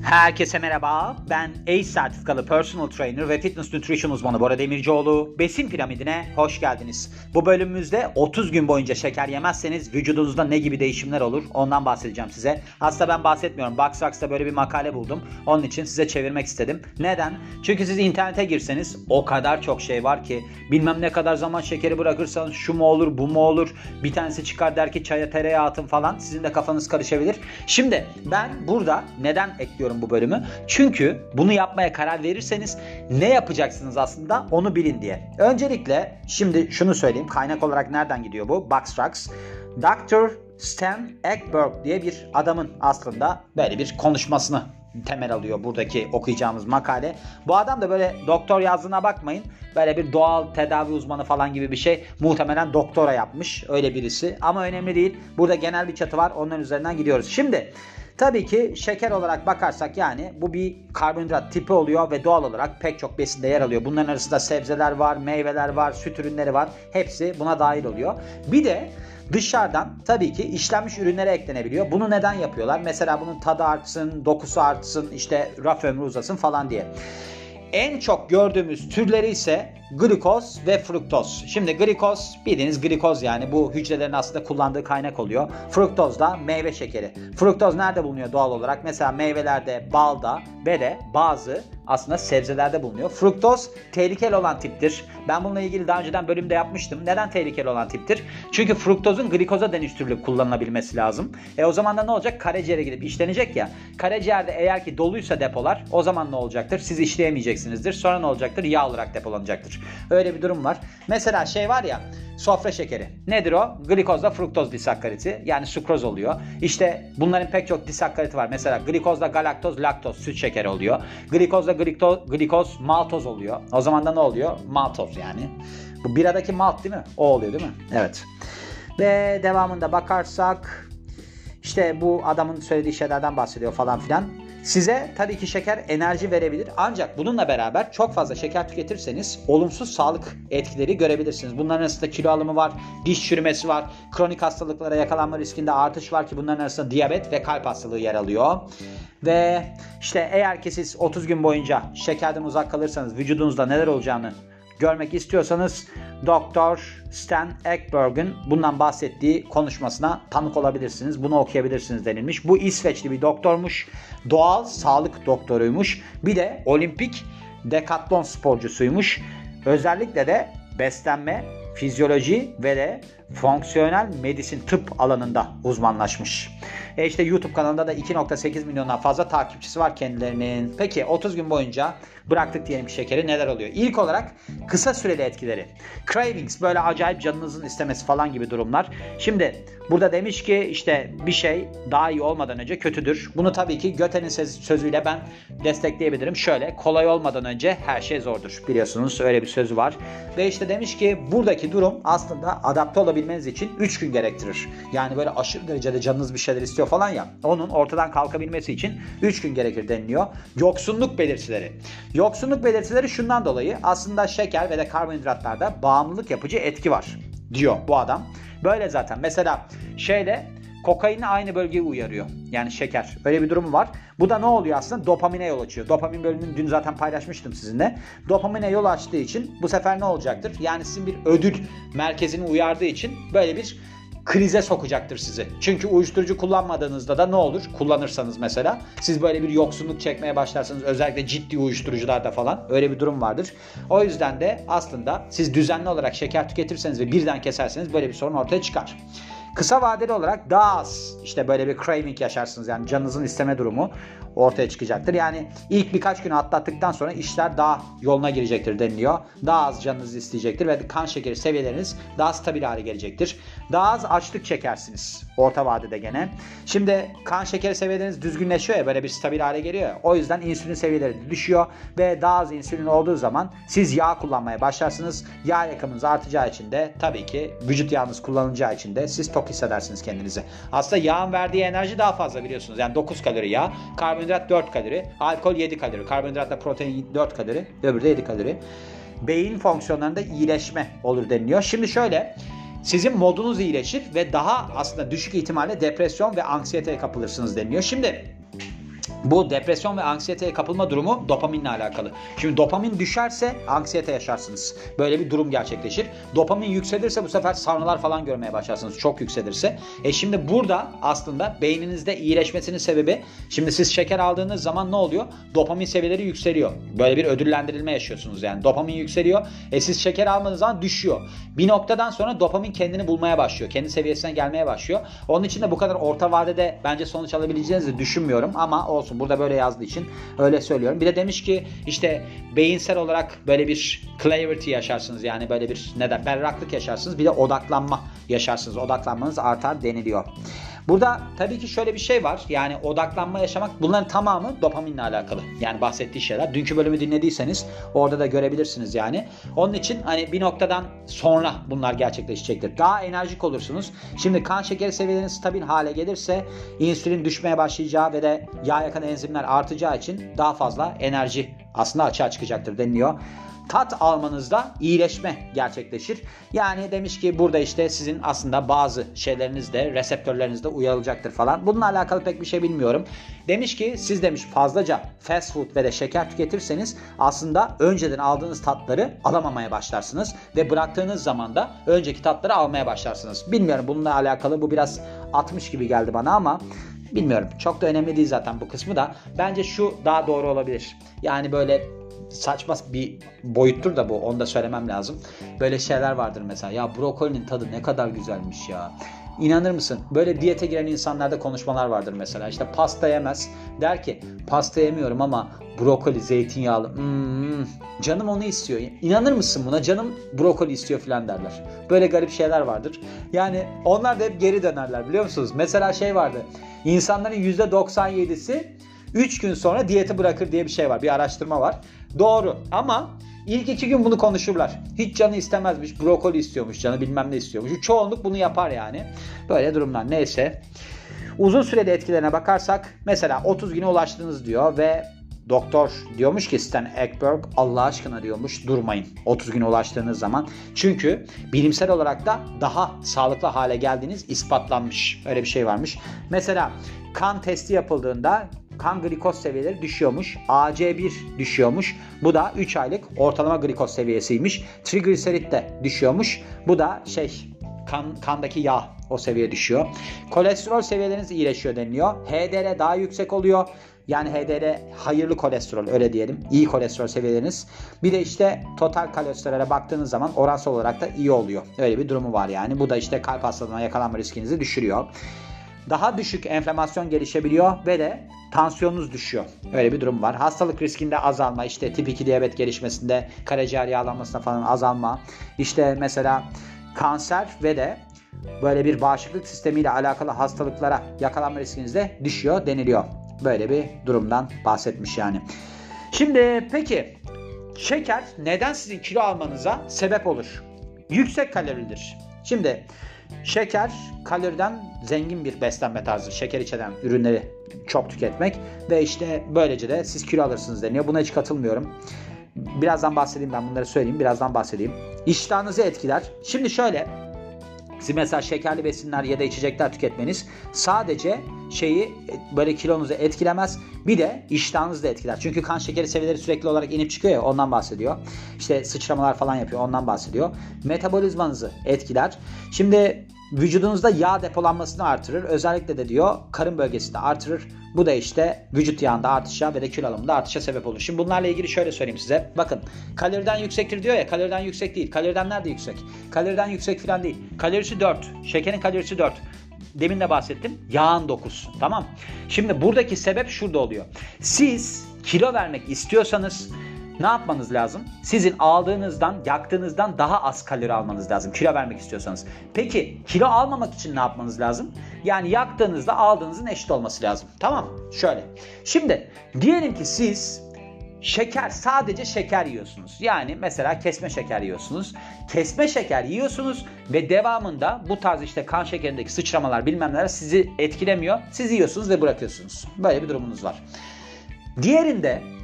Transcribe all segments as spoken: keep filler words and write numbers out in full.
Herkese merhaba. Ben A C E sertifikalı personal trainer ve fitness nutrition uzmanı Bora Demircioğlu. Besin piramidine hoş geldiniz. Bu bölümümüzde otuz gün boyunca şeker yemezseniz vücudunuzda ne gibi değişimler olur ondan bahsedeceğim size. Aslında ben bahsetmiyorum. Boxrocks'ta böyle bir makale buldum. Onun için size çevirmek istedim. Neden? Çünkü siz internete girseniz o kadar çok şey var ki bilmem ne kadar zaman şekeri bırakırsanız şu mu olur bu mu olur. Bir tanesi çıkar der ki çaya tereyağı atın falan. Sizin de kafanız karışabilir. Şimdi ben burada neden ekliyorum bu bölümü? Çünkü bunu yapmaya karar verirseniz ne yapacaksınız aslında onu bilin diye. Öncelikle şimdi şunu söyleyeyim. Kaynak olarak nereden gidiyor bu? Boxrocks. doktor Stan Ekberg diye bir adamın aslında böyle bir konuşmasını temel alıyor buradaki okuyacağımız makale. Bu adam da böyle doktor yazdığına bakmayın. Böyle bir doğal tedavi uzmanı falan gibi bir şey. Muhtemelen doktora yapmış. Öyle birisi. Ama önemli değil. Burada genel bir çatı var. Onların üzerinden gidiyoruz. Şimdi tabii ki şeker olarak bakarsak yani bu bir karbonhidrat tipi oluyor ve doğal olarak pek çok besinde yer alıyor. Bunların arasında sebzeler var, meyveler var, süt ürünleri var. Hepsi buna dahil oluyor. Bir de dışarıdan tabii ki işlenmiş ürünlere eklenebiliyor. Bunu neden yapıyorlar? Mesela bunun tadı artsın, dokusu artsın, işte raf ömrü uzasın falan diye. En çok gördüğümüz türleri ise glikoz ve fruktoz. Şimdi glikoz bildiğiniz glikoz yani bu hücrelerin aslında kullandığı kaynak oluyor. Fruktoz da meyve şekeri. Fruktoz nerede bulunuyor doğal olarak? Mesela meyvelerde, balda ve de bazı aslında sebzelerde bulunuyor. Fruktoz tehlikeli olan tiptir. Ben bununla ilgili daha önceden bölümde yapmıştım. Neden tehlikeli olan tiptir? Çünkü fruktozun glikoza dönüştürülüp kullanılabilmesi lazım. E o zaman da ne olacak? Karaciğere gidip işlenecek ya. Karaciğerde eğer ki doluysa depolar o zaman ne olacaktır? Siz işleyemeyeceksinizdir. Sonra ne olacaktır? Yağ olarak depolanacaktır. Öyle bir durum var. Mesela şey var ya, sofra şekeri. Nedir o? Glikozla fruktoz disakkariti. Yani sukroz oluyor. İşte bunların pek çok disakkariti var. Mesela glikozla galaktoz, laktoz, süt şekeri oluyor. Glikozla glikoz, glikoz maltoz oluyor. O zaman da ne oluyor? Maltoz yani. Bu biradaki malt değil mi? O oluyor değil mi? Evet. Ve devamında bakarsak işte bu adamın söylediği şeylerden bahsediyor falan filan. Size tabii ki şeker enerji verebilir ancak bununla beraber çok fazla şeker tüketirseniz olumsuz sağlık etkileri görebilirsiniz. Bunların arasında kilo alımı var, diş çürümesi var, kronik hastalıklara yakalanma riskinde artış var ki bunların arasında diyabet ve kalp hastalığı yer alıyor. Ve işte eğer ki siz otuz gün boyunca şekerden uzak kalırsanız vücudunuzda neler olacağını görmek istiyorsanız doktor Stan Ekberg'in bundan bahsettiği konuşmasına tanık olabilirsiniz. Bunu okuyabilirsiniz denilmiş. Bu İsveçli bir doktormuş. Doğal sağlık doktoruymuş. Bir de olimpik dekatlon sporcusuymuş. Özellikle de beslenme, fizyoloji ve de fonksiyonel medisin tıp alanında uzmanlaşmış. E işte YouTube kanalında da iki nokta sekiz milyondan fazla takipçisi var kendilerinin. Peki otuz gün boyunca bıraktık diyelim ki şekeri, neler oluyor? İlk olarak kısa süreli etkileri. Cravings, böyle acayip canınızın istemesi falan gibi durumlar. Şimdi burada demiş ki işte bir şey daha iyi olmadan önce kötüdür. Bunu tabii ki Göte'nin sözüyle ben destekleyebilirim. Şöyle, kolay olmadan önce her şey zordur. Biliyorsunuz öyle bir sözü var. Ve işte demiş ki buradaki durum aslında adapte olabilmeniz için üç gün gerektirir. Yani böyle aşırı derecede canınız bir şeyler istiyor falan ya. Onun ortadan kalkabilmesi için üç gün gerekir deniliyor. Yoksunluk belirtileri. Yoksunluk belirtileri şundan dolayı aslında şeker ve de karbonhidratlarda bağımlılık yapıcı etki var diyor bu adam. Böyle zaten. Mesela şeyle kokaini aynı bölgeye uyarıyor. Yani şeker. Öyle bir durum var. Bu da ne oluyor aslında? Dopamine yol açıyor. Dopamin bölümünü dün zaten paylaşmıştım sizinle. Dopamine yol açtığı için bu sefer ne olacaktır? Yani sizin bir ödül merkezini uyardığı için böyle bir krize sokacaktır sizi. Çünkü uyuşturucu kullanmadığınızda da ne olur? Kullanırsanız mesela siz böyle bir yoksunluk çekmeye başlarsanız, özellikle ciddi uyuşturucularda falan öyle bir durum vardır. O yüzden de aslında siz düzenli olarak şeker tüketirseniz ve birden keserseniz böyle bir sorun ortaya çıkar. Kısa vadeli olarak daha az işte böyle bir craving yaşarsınız, yani canınızın isteme durumu ortaya çıkacaktır. Yani ilk birkaç günü atlattıktan sonra işler daha yoluna girecektir deniliyor. Daha az canınız isteyecektir ve kan şekeri seviyeleriniz daha stabil hale gelecektir. Daha az açlık çekersiniz orta vadede gene. Şimdi kan şekeri seviyeleriniz düzgünleşiyor ya, böyle bir stabil hale geliyor ya. O yüzden insülin seviyeleri düşüyor ve daha az insülin olduğu zaman siz yağ kullanmaya başlarsınız. Yağ yakımınız artacağı için de tabii ki vücut yağınız kullanılacağı için de siz tok hissedersiniz kendinizi. Aslında yağın verdiği enerji daha fazla biliyorsunuz. Yani dokuz kalori yağ, karbonhidrat dört kalori, alkol yedi kalori, karbonhidratla protein dört kalori, öbürü de yedi kalori. Beyin fonksiyonlarında iyileşme olur deniliyor. Şimdi şöyle, sizin modunuz iyileşir ve daha aslında düşük ihtimalle depresyon ve anksiyeteye kapılırsınız deniliyor. Şimdi Bu depresyon ve anksiyeteye kapılma durumu dopaminle alakalı. Şimdi dopamin düşerse anksiyete yaşarsınız. Böyle bir durum gerçekleşir. Dopamin yükselirse bu sefer sarnılar falan görmeye başlarsınız. Çok yükselirse. E şimdi burada aslında beyninizde iyileşmesinin sebebi, şimdi siz şeker aldığınız zaman ne oluyor? Dopamin seviyeleri yükseliyor. Böyle bir ödüllendirilme yaşıyorsunuz yani. Dopamin yükseliyor. E siz şeker almadığınız zaman düşüyor. Bir noktadan sonra dopamin kendini bulmaya başlıyor. Kendi seviyesine gelmeye başlıyor. Onun için de bu kadar orta vadede bence sonuç alabileceğinizi düşünmüyorum ama olsun. Burada böyle yazdığı için öyle söylüyorum. Bir de demiş ki işte beyinsel olarak böyle bir clarity yaşarsınız. Yani böyle bir neden berraklık yaşarsınız. Bir de odaklanma yaşarsınız. Odaklanmanız artar deniliyor. Burada tabii ki şöyle bir şey var. Yani odaklanma yaşamak, bunların tamamı dopaminle alakalı. Yani bahsettiği şeyler. Dünkü bölümü dinlediyseniz orada da görebilirsiniz yani. Onun için hani bir noktadan sonra bunlar gerçekleşecektir. Daha enerjik olursunuz. Şimdi kan şekeri seviyeleriniz stabil hale gelirse insülin düşmeye başlayacağı ve de yağ yakan enzimler artacağı için daha fazla enerji aslında açığa çıkacaktır deniliyor. Tat almanızda iyileşme gerçekleşir. Yani demiş ki burada işte sizin aslında bazı şeylerinizde, reseptörlerinizde uyarılacaktır falan. Bununla alakalı pek bir şey bilmiyorum. Demiş ki siz demiş fazlaca fast food ve de şeker tüketirseniz aslında önceden aldığınız tatları alamamaya başlarsınız. Ve bıraktığınız zaman da önceki tatları almaya başlarsınız. Bilmiyorum, bununla alakalı bu biraz atmış gibi geldi bana ama bilmiyorum. Çok da önemli değil zaten bu kısmı da. Bence şu daha doğru olabilir. Yani böyle saçma bir boyuttur da bu, onu da söylemem lazım. Böyle şeyler vardır mesela. Ya brokolinin tadı ne kadar güzelmiş ya. İnanır mısın? Böyle diyete giren insanlarda konuşmalar vardır mesela. İşte pasta yemez. Der ki pasta yemiyorum ama brokoli zeytinyağlı. Hmm, canım onu istiyor. İnanır mısın buna? Canım brokoli istiyor filan derler. Böyle garip şeyler vardır. Yani onlar da hep geri dönerler, biliyor musunuz? Mesela şey vardı. İnsanların yüzde doksan yedisi üç gün sonra diyeti bırakır diye bir şey var. Bir araştırma var. Doğru ama ilk iki gün bunu konuşurlar. Hiç canı istemezmiş. Brokoli istiyormuş. Canı bilmem ne istiyormuş. Çoğunluk bunu yapar yani. Böyle durumlar. Neyse. Uzun sürede etkilerine bakarsak mesela otuz güne ulaştınız diyor ve doktor diyormuş ki Stan Ekberg, Allah aşkına diyormuş, durmayın otuz güne ulaştığınız zaman. Çünkü bilimsel olarak da daha sağlıklı hale geldiğiniz ispatlanmış. Öyle bir şey varmış. Mesela kan testi yapıldığında kan glikoz seviyeleri düşüyormuş. A C bir düşüyormuş. Bu da üç aylık ortalama glikoz seviyesiymiş. Trigliserit de düşüyormuş. Bu da şey kan kandaki yağ, o seviye düşüyor. Kolesterol seviyeleriniz iyileşiyor deniliyor. H D L daha yüksek oluyor. Yani H D L hayırlı kolesterol, öyle diyelim. İyi kolesterol seviyeleriniz. Bir de işte total kolesterole baktığınız zaman oransal olarak da iyi oluyor. Öyle bir durumu var yani. Bu da işte kalp hastalığına yakalanma riskinizi düşürüyor. Daha düşük enflamasyon gelişebiliyor ve de tansiyonunuz düşüyor. Öyle bir durum var. Hastalık riskinde azalma, işte tip iki diyabet gelişmesinde, karaciğer yağlanmasına falan azalma. İşte mesela kanser ve de böyle bir bağışıklık sistemiyle alakalı hastalıklara yakalanma riskiniz de düşüyor deniliyor. Böyle bir durumdan bahsetmiş yani. Şimdi peki şeker neden sizin kilo almanıza sebep olur? Yüksek kalorilidir. Şimdi şeker kaloriden zengin bir beslenme tarzı. Şeker içeren ürünleri çok tüketmek ve işte böylece de siz kilo alırsınız deniyor. Buna hiç katılmıyorum. Birazdan bahsedeyim, ben bunları söyleyeyim. Birazdan bahsedeyim. İştahınızı etkiler. Şimdi şöyle, siz mesela şekerli besinler ya da içecekler tüketmeniz sadece şeyi böyle kilonuzu etkilemez. Bir de iştahınızı da etkiler. Çünkü kan şekeri seviyeleri sürekli olarak inip çıkıyor ya, ondan bahsediyor. İşte sıçramalar falan yapıyor, ondan bahsediyor. Metabolizmanızı etkiler. Şimdi vücudunuzda yağ depolanmasını artırır. Özellikle de diyor karın bölgesinde artırır. Bu da işte vücut yağında artışa ve de kilo alımında artışa sebep olur. Şimdi bunlarla ilgili şöyle söyleyeyim size. Bakın, kaloriden yüksektir diyor ya, kaloriden yüksek değil. Kaloriden nerede yüksek? Kaloriden yüksek falan değil. Kalorisi dört. Şekerin kalorisi dört. Demin de bahsettim. Yağın dokuz. Tamam. Şimdi buradaki sebep şurada oluyor. Siz kilo vermek istiyorsanız ne yapmanız lazım? Sizin aldığınızdan, yaktığınızdan daha az kalori almanız lazım kilo vermek istiyorsanız. Peki kilo almamak için ne yapmanız lazım? Yani yaktığınızda aldığınızın eşit olması lazım. Tamam? Şöyle. Şimdi diyelim ki siz şeker, sadece şeker yiyorsunuz. Yani mesela kesme şeker yiyorsunuz. Kesme şeker yiyorsunuz ve devamında bu tarz işte kan şekerindeki sıçramalar bilmem neler sizi etkilemiyor. Siz yiyorsunuz ve bırakıyorsunuz. Böyle bir durumunuz var. Diğerinde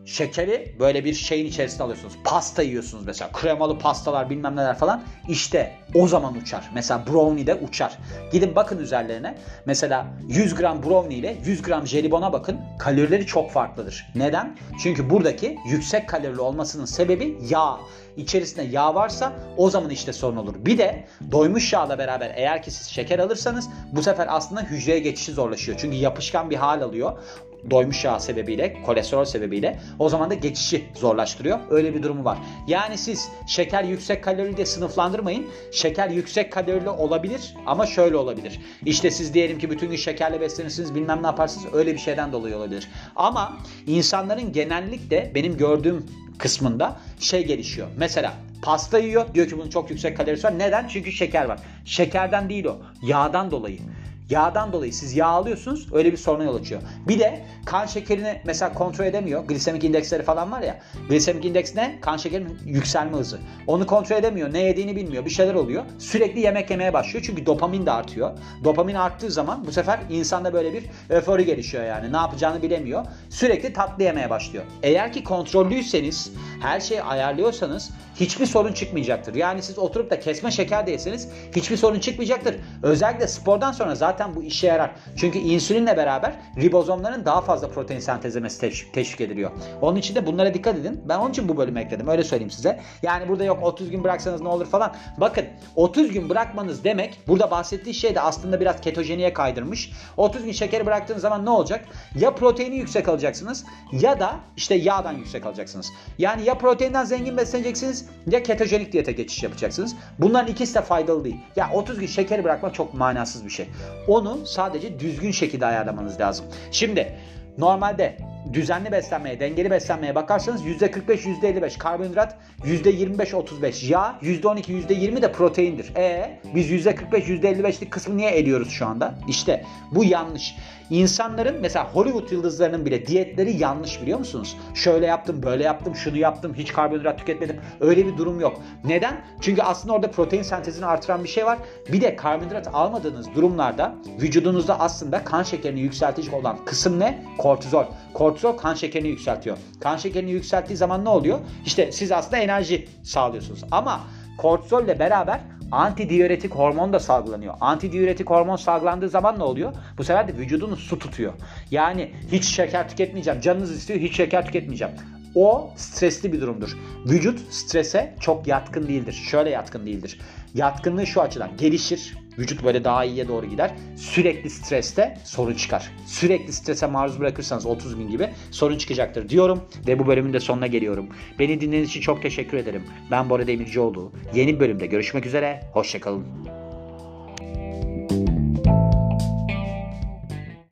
şekeri böyle bir şeyin içerisine alıyorsunuz. Pasta yiyorsunuz mesela. Kremalı pastalar bilmem neler falan. İşte o zaman uçar. Mesela brownie de uçar. Gidin bakın üzerlerine. Mesela yüz gram brownie ile yüz gram jelibona bakın. Kalorileri çok farklıdır. Neden? Çünkü buradaki yüksek kalorili olmasının sebebi yağ. İçerisinde yağ varsa o zaman işte sorun olur. Bir de doymuş yağla beraber eğer ki siz şeker alırsanız bu sefer aslında hücreye geçişi zorlaşıyor. Çünkü yapışkan bir hal alıyor. Doymuş yağ sebebiyle, kolesterol sebebiyle o zaman da geçişi zorlaştırıyor. Öyle bir durumu var. Yani siz şeker yüksek kalorili diye sınıflandırmayın. Şeker yüksek kalorili olabilir ama şöyle olabilir. İşte siz diyelim ki bütün gün şekerle beslenirsiniz, bilmem ne yaparsınız, öyle bir şeyden dolayı olabilir. Ama insanların genellikle benim gördüğüm kısmında şey gelişiyor. Mesela pasta yiyor, diyor ki bunun çok yüksek kalorisi var. Neden? Çünkü şeker var. Şekerden değil o, yağdan dolayı. Yağdan dolayı siz yağ alıyorsunuz, öyle bir soruna yol açıyor. Bir de kan şekerini mesela kontrol edemiyor. Glisemik indeksleri falan var ya. Glisemik indeks ne? Kan şekerinin yükselme hızı. Onu kontrol edemiyor. Ne yediğini bilmiyor. Bir şeyler oluyor. Sürekli yemek yemeye başlıyor. Çünkü dopamin de artıyor. Dopamin arttığı zaman bu sefer insanda böyle bir öfori gelişiyor yani. Ne yapacağını bilemiyor. Sürekli tatlı yemeye başlıyor. Eğer ki kontrollüyseniz, her şeyi ayarlıyorsanız hiçbir sorun çıkmayacaktır. Yani siz oturup da kesme şeker de yeseniz hiçbir sorun çıkmayacaktır. Özellikle spordan sonra zaten bu işe yarar. Çünkü insülinle beraber ribozomların daha fazla protein sentezlemesi teşvik, teşvik ediliyor. Onun için de bunlara dikkat edin. Ben onun için bu bölümü ekledim. Öyle söyleyeyim size. Yani burada yok otuz gün bıraksanız ne olur falan. Bakın otuz gün bırakmanız demek, burada bahsettiği şey de aslında biraz ketojeniye kaydırmış. otuz gün şekeri bıraktığınız zaman ne olacak? Ya proteini yüksek alacaksınız ya da işte yağdan yüksek alacaksınız. Yani ya proteinden zengin besleneceksiniz ya ketojenik diyete geçiş yapacaksınız. Bunların ikisi de faydalı değil. Ya otuz gün şekeri bırakmak çok manasız bir şey. Onu sadece düzgün şekilde ayarlamanız lazım. Şimdi normalde düzenli beslenmeye, dengeli beslenmeye bakarsanız yüzde kırk beş yüzde elli beş karbonhidrat, yüzde yirmi beş otuz beş yağ, yüzde on iki yüzde yirmi de proteindir. E biz yüzde kırk beş yüzde elli beşlik kısmı niye eliyoruz şu anda? İşte bu yanlış. İnsanların mesela Hollywood yıldızlarının bile diyetleri yanlış, biliyor musunuz? Şöyle yaptım, böyle yaptım, şunu yaptım, hiç karbonhidrat tüketmedim. Öyle bir durum yok. Neden? Çünkü aslında orada protein sentezini artıran bir şey var. Bir de karbonhidrat almadığınız durumlarda vücudunuzda aslında kan şekerini yükseltici olan kısım ne? Kortizol. Kortizol kan şekerini yükseltiyor. Kan şekerini yükselttiği zaman ne oluyor? İşte siz aslında enerji sağlıyorsunuz. Ama kortizol ile beraber antidiüretik hormon da salgılanıyor. Antidiüretik hormon salgılandığı zaman ne oluyor? Bu sefer de vücudunu su tutuyor. Yani hiç şeker tüketmeyeceğim. Canınız istiyor, hiç şeker tüketmeyeceğim. O stresli bir durumdur. Vücut strese çok yatkın değildir. Şöyle yatkın değildir. Yatkınlığı şu açıdan gelişir. Vücut böyle daha iyiye doğru gider. Sürekli streste sorun çıkar. Sürekli strese maruz bırakırsanız otuz gün gibi sorun çıkacaktır diyorum ve bu bölümün de sonuna geliyorum. Beni dinlediğiniz için çok teşekkür ederim. Ben Bora Demircioğlu. Yeni bir bölümde görüşmek üzere. Hoşça kalın.